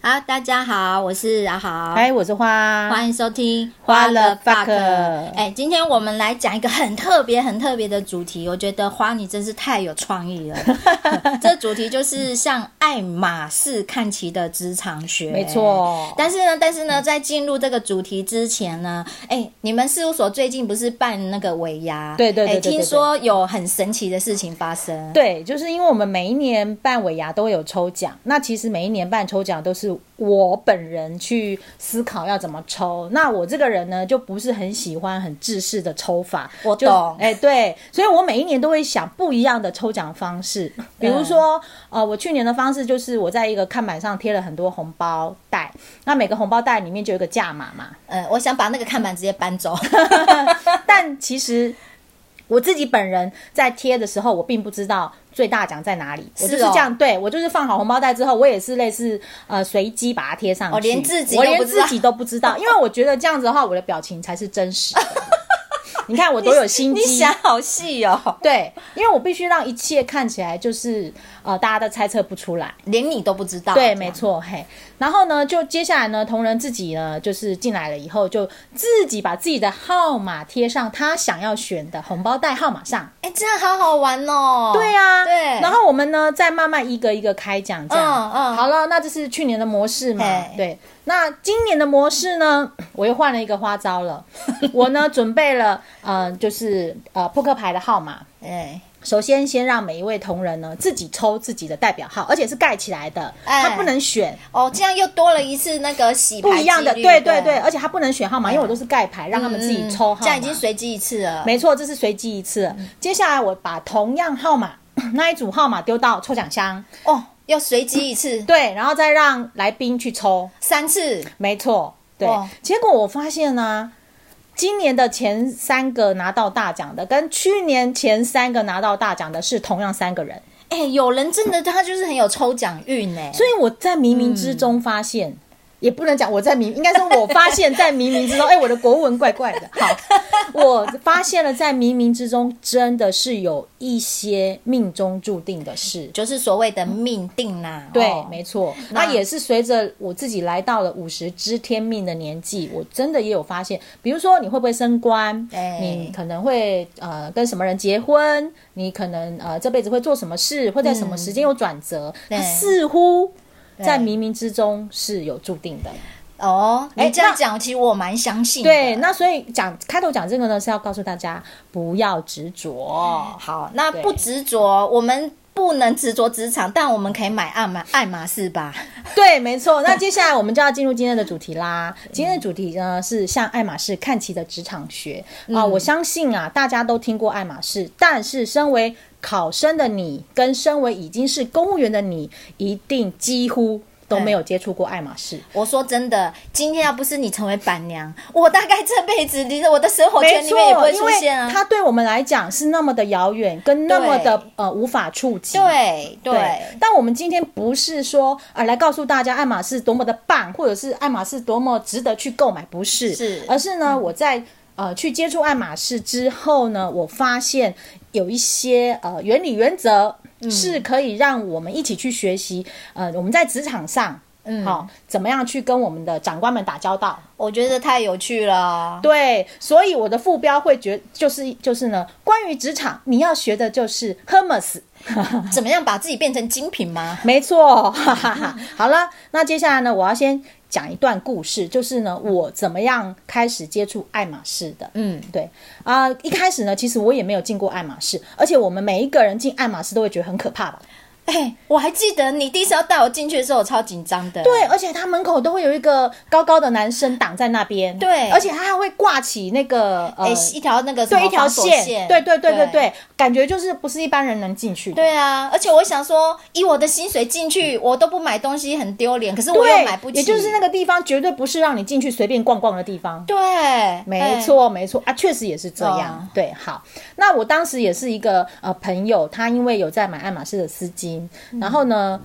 好，大家好，我是阿豪， 嗨，我是花， 欢迎收听花了 fuck。 今天我们来讲一个很特别的主题，我觉得花你真是太有创意了。这主题就是向爱马仕看齐的职场学， 没错。 但是呢，在进入这个主题之前呢，你们事务所最近不是办那个尾牙？ 对， 听说有很神奇的事情发生。 对，就是因为我们每一年办尾牙都会有抽奖，那其实每一年办抽奖都是我本人去思考要怎么抽。那我这个人呢，就不是很喜欢很制式的抽法。 我懂。 对，所以我每一年都会想不一样的抽奖方式。比如说，我去年的方式就是我在一个看板上贴了很多红包袋，那每个红包袋里面就有一个价码嘛。 我想把那个看板直接搬走。 但其实我自己本人在贴的时候，我并不知道最大奖在哪里。我就是这样，对，我就是放好红包袋之后，我也是类似随机把它贴上去。 我连自己都不知道，因为我觉得这样子的话，我的表情才是真实的。你看我多有心机， 你想好细哦。 对，因为我必须让一切看起来就是大家都猜测不出来， 连你都不知道。 对，没错。嘿，然后呢，就接下来呢，同仁自己呢，就是进来了以后，就自己把自己的号码贴上他想要选的红包袋号码上。 这样好好玩哦。 对啊， 对。 然后我们呢，再慢慢一个一个开奖，这样。好了，那这是去年的模式嘛？对。那今年的模式呢，我又换了一个花招了。我呢准备了就是扑克牌的号码。首先让每一位同仁呢自己抽自己的代表号，而且是盖起来的，他不能选。 这样又多了一次那个洗牌不一样的。对，而且他不能选号码，因为我都是盖牌，让他们自己抽号码。 这样已经随机一次了。 没错，这是随机一次了。接下来我把同样号码那一组号码丢到抽奖箱。 要随机一次。 对，然后再让来宾去抽 3次。 没错，对。结果我发现呢，今年的前3个拿到大奖的，跟去年前3个拿到大奖的是同样3个人。 有人真的他就是很有抽奖运呢。 所以我在冥冥之中发现。也不能讲我在应该说我发现在冥冥之中，我的国文怪怪的。好，我发现了在冥冥之中真的是有一些命中注定的事， 就是所谓的命定啦。 对，没错。那也是随着我自己来到了50知天命的年纪，我真的也有发现，比如说你会不会升官，你可能会跟什么人结婚，你可能这辈子会做什么事，会在什么时间有转折，它似乎在冥冥之中是有注定的。 你这样讲其实我蛮相信的。 对，那所以开头讲这个呢，是要告诉大家不要执着。 好，那不执着，我们不能执着职场，但我们可以买爱马仕吧。 对，没错。那接下来我们就要进入今天的主题啦。今天的主题呢是向爱马仕看齐的职场学。我相信大家都听过爱马仕，但是身为考生的你跟身为已经是公务员的你，一定几乎都没有接触过爱马仕。 我说真的，今天要不是你成为板娘，我大概这辈子我的生活圈里面也不会出现啊。 它对我们来讲是那么的遥远，跟那么的无法触及。 对。 但我们今天不是说来告诉大家爱马仕多么的棒，或者是爱马仕多么值得去购买，不是，而是呢，我在去接触爱马仕之后呢，我发现有一些原理原则是可以让我们一起去学习。我们在职场上怎么样去跟我们的长官们打交道。 我觉得太有趣了。 对，所以我的副标会就是呢，关于职场你要学的就是 Hermes 怎么样把自己变成精品吗？ 没错。好了，那接下来呢，我要先讲一段故事，就是呢，我怎么样开始接触爱马仕的。对一开始呢，其实我也没有进过爱马仕，而且我们每一个人进爱马仕都会觉得很可怕吧。 我还记得你第一次要带我进去的时候，我超紧张的。 对，而且他门口都会有一个高高的男生挡在那边。 对， 而且他还会挂起那个一条那个一条线。对，感觉就是不是一般人能进去的。 对啊，而且我想说，以我的薪水进去，我都不买东西很丢脸，可是我又买不起。 也就是那个地方绝对不是让你进去随便逛逛的地方。 对， 没错确实也是这样。对，好，那我当时也是一个朋友，他因为有在买爱马仕的丝巾。然后呢，我就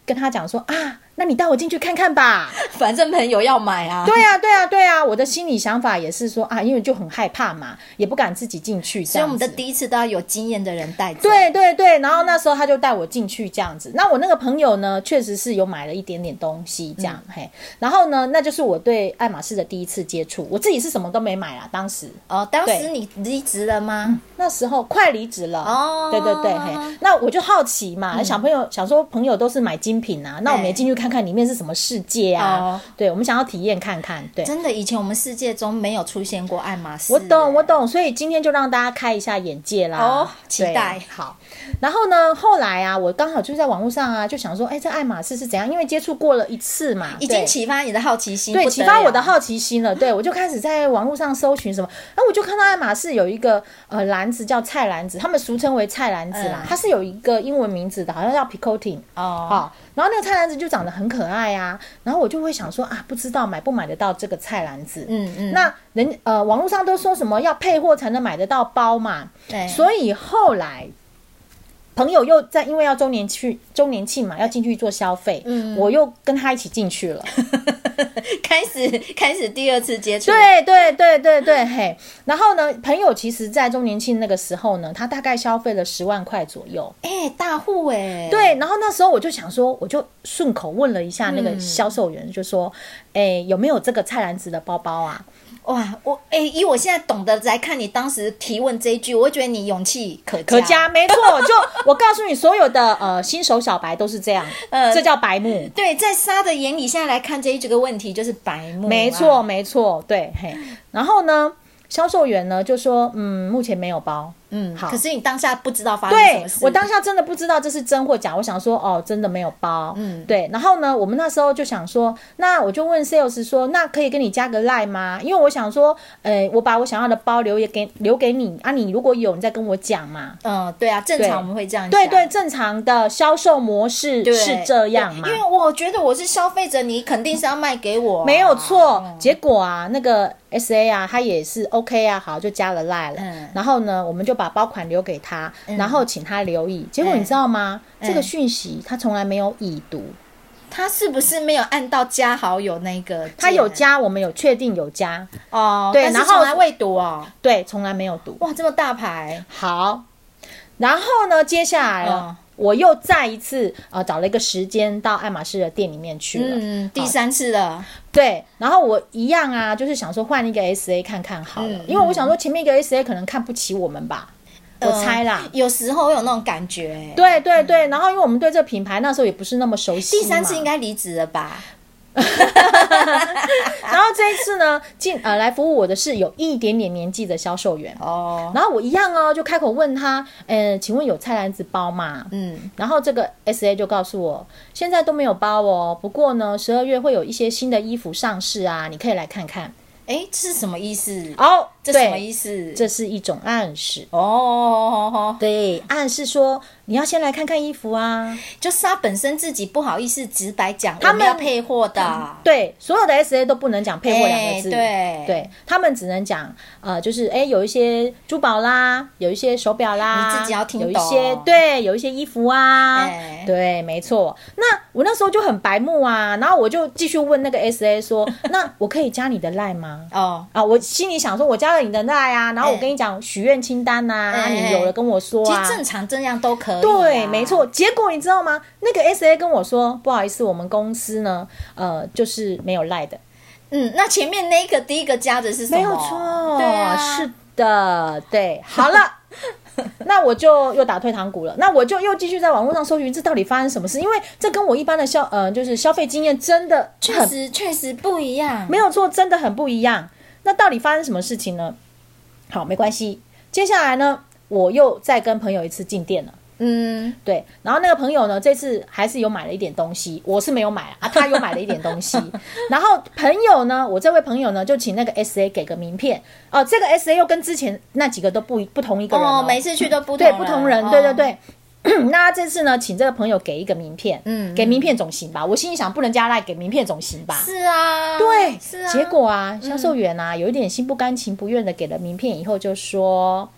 跟他讲说啊，那你带我进去看看吧， 反正朋友要买啊。 对啊，我的心理想法也是说啊，因为就很害怕嘛，也不敢自己进去， 所以我们的第一次都要有经验的人带着。 对，然后那时候他就带我进去这样子。那我那个朋友呢，确实是有买了一点点东西这样，嘿，然后呢，那就是我对爱马仕的第一次接触。我自己是什么都没买啦，当时。 当时你离职了吗？ 那时候快离职了。对，嘿，那我就好奇嘛，想说朋友都是买精品啊，那我们也进去看看里面是什么世界啊。对，我们想要体验看看。对， 真的以前我们世界中没有出现过爱马仕。 我懂，所以今天就让大家开一下眼界啦。 期待。 好，然后呢，后来啊，我刚好就在网络上啊，就想说，这爱马仕是怎样？因为接触过了一次嘛， 已经启发你的好奇心， 对，启发我的好奇心了。对，我就开始在网络上搜寻什么，然后我就看到爱马仕有一个篮子叫菜篮子，他们俗称为菜篮子啦，它是有一个英文名字的，好像叫 Picotin。然后那个菜篮子就长得很可爱啊，然后我就会想说啊，不知道买不买得到这个菜篮子。那网络上都说什么要配货才能买得到包嘛，所以后来朋友又因为要周年庆嘛，要进去做消费，我又跟他一起进去了。 开始第二次接触。 对，嘿，然后呢，朋友其实在周年庆那个时候呢，他大概消费了10万块左右。 大户对，然后那时候我就想说，我就顺口问了一下那个销售员，就说有没有这个菜篮子的包包啊？ 哇，以我现在懂得来看你当时提问这一句，我会觉得你勇气可嘉。没错，就我告诉你，所有的新手小白都是这样，这叫白目。 对，在沙的眼里，现在来看这个问题就是白目。 没错，对，嘿，然后呢，销售员呢就说，目前没有包。 好。可是你当下不知道发生什么事。 对，我当下真的不知道这是真或假。我想说，真的没有包。对。然后呢，我们那时候就想说，那我就问 sales 说，那可以跟你加个 line 吗？因为我想说，我把我想要的包留给你啊，你如果有，你再跟我讲嘛。 对啊，正常我们会这样讲。对，正常的销售模式是这样嘛。 因为我觉得我是消费者，你肯定是要卖给我。 没有错。结果啊，那个 SA 啊，他也是 OK 啊，好就加了 line 了。然后呢，我们就把包款留给他，然后请他留意。结果你知道吗？这个讯息他从来没有已读。 他是不是没有按到加好友那个？ 他有加，我们有确定有加。 对，然后从来未读哦。 对，从来没有读。 哇，这么大牌。 好，然后呢，接下来我又再一次找了一个时间到爱马仕的店里面去了。 第3次了。 对，然后我一样啊，就是想说换一个 SA 看看好了，因为我想说前面一个 SA 可能看不起我们吧。我猜啦， 有时候有那种感觉。 对，然后因为我们对这个品牌那时候也不是那么熟悉嘛。 第3次应该离职了吧？ 然后这一次呢，来服务我的是有一点点年纪的销售员。然后我一样就开口问他，请问有菜篮子包吗？然后这个 SA 就告诉我，现在都没有包哦，不过呢12月会有一些新的衣服上市啊，你可以来看看。 这是什么意思？ 这什么意思？ 这是一种暗示。 对， 暗示说你要先来看看衣服啊， 就是他本身自己不好意思直白讲我们要配货的。 对，所有的 SA 都不能讲配货2个字。 对， 他们只能讲就是有一些珠宝啦，有一些手表啦， 你自己要听懂。 有一些衣服啊。对，没错。那我那时候就很白目啊，然后我就继续问那个 SA 说，那我可以加你的 line 吗？我心里想说，我加了你的 line 啊，然后我跟你讲许愿清单啊，你有了跟我说啊。 其实正常这样都可以。 对，没错。结果你知道吗？那个 SA 跟我说，不好意思，我们公司呢，就是没有 line 的。 那前面那个第一个加的是什么？ 没有错。 对啊， 是的，对。好了。那我就又打退堂鼓了，那我就又继续在网络上搜寻这到底发生什么事，因为这跟我一般的就是消费经验真的确实不一样。 没有错，真的很不一样。那到底发生什么事情呢？好，没关系，接下来呢，我又再跟朋友一次进店了。对，然后那个朋友呢，这次还是有买了一点东西，我是没有买啊，他有买了一点东西。然后朋友呢，我这位朋友呢，就请那个 SA 给个名片。这个 SA 又跟之前那几个都不同一个人每次去都不同人。对，不同人。对。那这次呢，请这个朋友给一个名片，给名片总行吧？我心里想，不能加赖，给名片总行吧？ 是啊， 对，是啊。结果啊，销售员啊，有一点心不甘情不愿的给了名片以后，就说。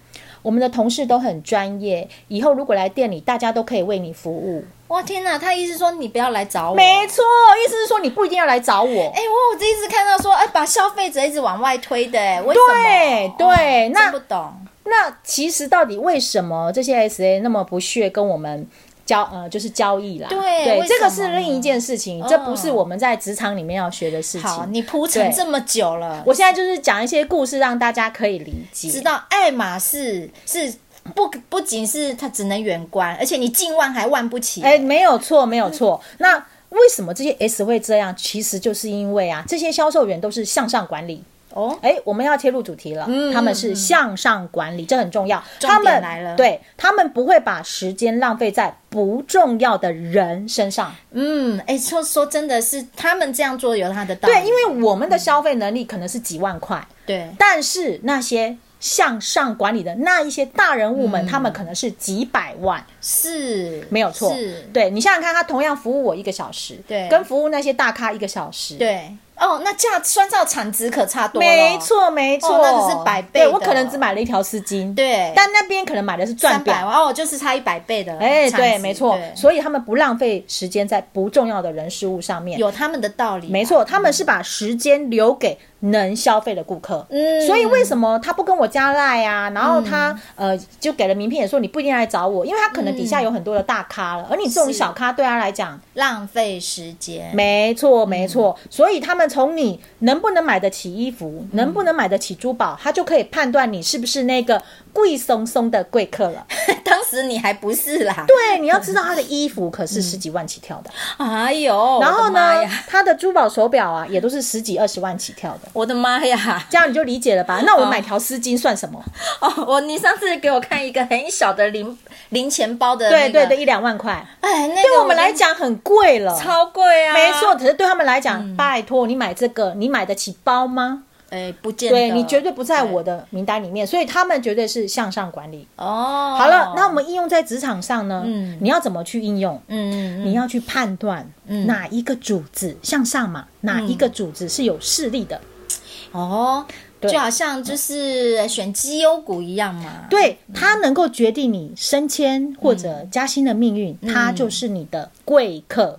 我们的同事都很专业，以后如果来店里，大家都可以为你服务。 哇天哪，他意思说你不要来找我。 没错，意思是说你不一定要来找我。 我第一次看到说把消费者一直往外推的，为什么？ 对，那真不懂。 那其实到底为什么这些 SA 那么不屑跟我们就是交易啦？ 对， 这个是另一件事情，这不是我们在职场里面要学的事情。 好，你铺陈这么久了， 我现在就是讲一些故事，让大家可以理解， 知道爱马仕是不仅是它只能远观，而且你近万还万不起。 没有错，没有错。那为什么这些 S 会这样？其实就是因为这些销售员都是向上管理。我们要切入主题了。他们是向上管理，这很重要。 重点来了， 对，他们不会把时间浪费在不重要的人身上。 说真的是他们这样做有他的道理。 对，因为我们的消费能力可能是几万块， 对， 但是那些向上管理的那一些大人物们，他们可能是几百万， 是没有错。对，你想想看，他同样服务我1个小时， 对， 跟服务那些大咖1个小时， 对。那算照产值可差多了。 没错， 那个是100倍的。 对，我可能只买了一条丝巾， 对， 但那边可能买的是钻表， 就是差100倍的。 对，没错。所以他们不浪费时间在不重要的人事物上面， 有他们的道理。 没错，他们是把时间留给能消费的顾客。所以为什么他不跟我加赖啊？然后他就给了名片，也说你不一定来找我，因为他可能底下有很多的大咖了，而你这种小咖对他来讲浪费时间。 没错，没错。所以他们从你能不能买得起衣服，能不能买得起珠宝，他就可以判断你是不是那个贵松松的贵客了。 当时你还不是啦。 对，你要知道他的衣服可是10几万起跳的。然后呢，他的珠宝手表也都是10几20万起跳的。 我的妈呀， 这样你就理解了吧？那我买条丝巾算什么？ 你上次给我看一个很小的零钱包的， 对1、2万块，对我们来讲很贵了， 超贵啊。 没错，可是对他们来讲，拜托你买这个，你买得起包吗？ 不见得。 对，你绝对不在我的名单里面，所以他们绝对是向上管理。好了，那我们应用在职场上呢？你要怎么去应用？你要去判断哪一个主子向上嘛，哪一个主子是有势力的。 就好像就是选绩优股一样嘛。 对，它能够决定你升迁或者加薪的命运，它就是你的贵客。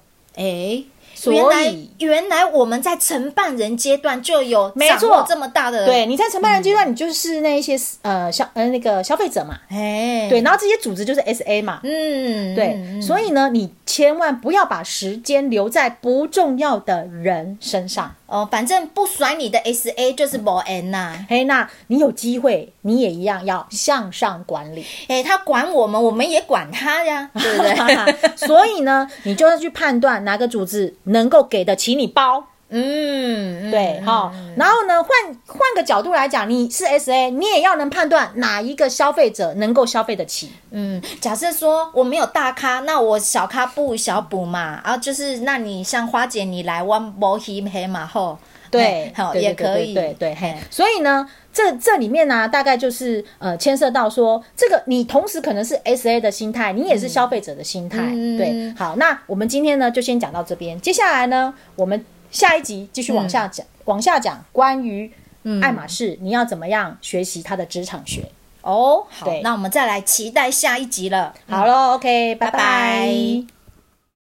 原来我们在承办人阶段就有掌握这么大的。 对，你在承办人阶段，你就是那一些那个消费者嘛。对，然后这些组织就是 SA 嘛。对，所以呢，你千万不要把时间留在不重要的人身上。 反正不甩你的 SA 就是没缘呐。 那你有机会，你也一样要向上管理。 他管我们，我们也管他呀，对不对？ 所以呢，你就要去判断哪个组织能够给得起你包。对，然后呢，换个角度来讲，你是 SA， 你也要能判断哪一个消费者能够消费得起。 假设说我没有大咖，那我小咖不小补嘛，就是那你像花姐你来，我没黑嘛吼。 对， 也可以。 对，所以呢，这里面呢，大概就是牵涉到说，这个你同时可能是 SA 的心态，你也是消费者的心态。对，好，那我们今天呢就先讲到这边，接下来呢，我们下一集继续往下讲关于爱马仕，你要怎么样学习它的职场学。 好，那我们再来期待下一集了。 好咯，OK，拜拜。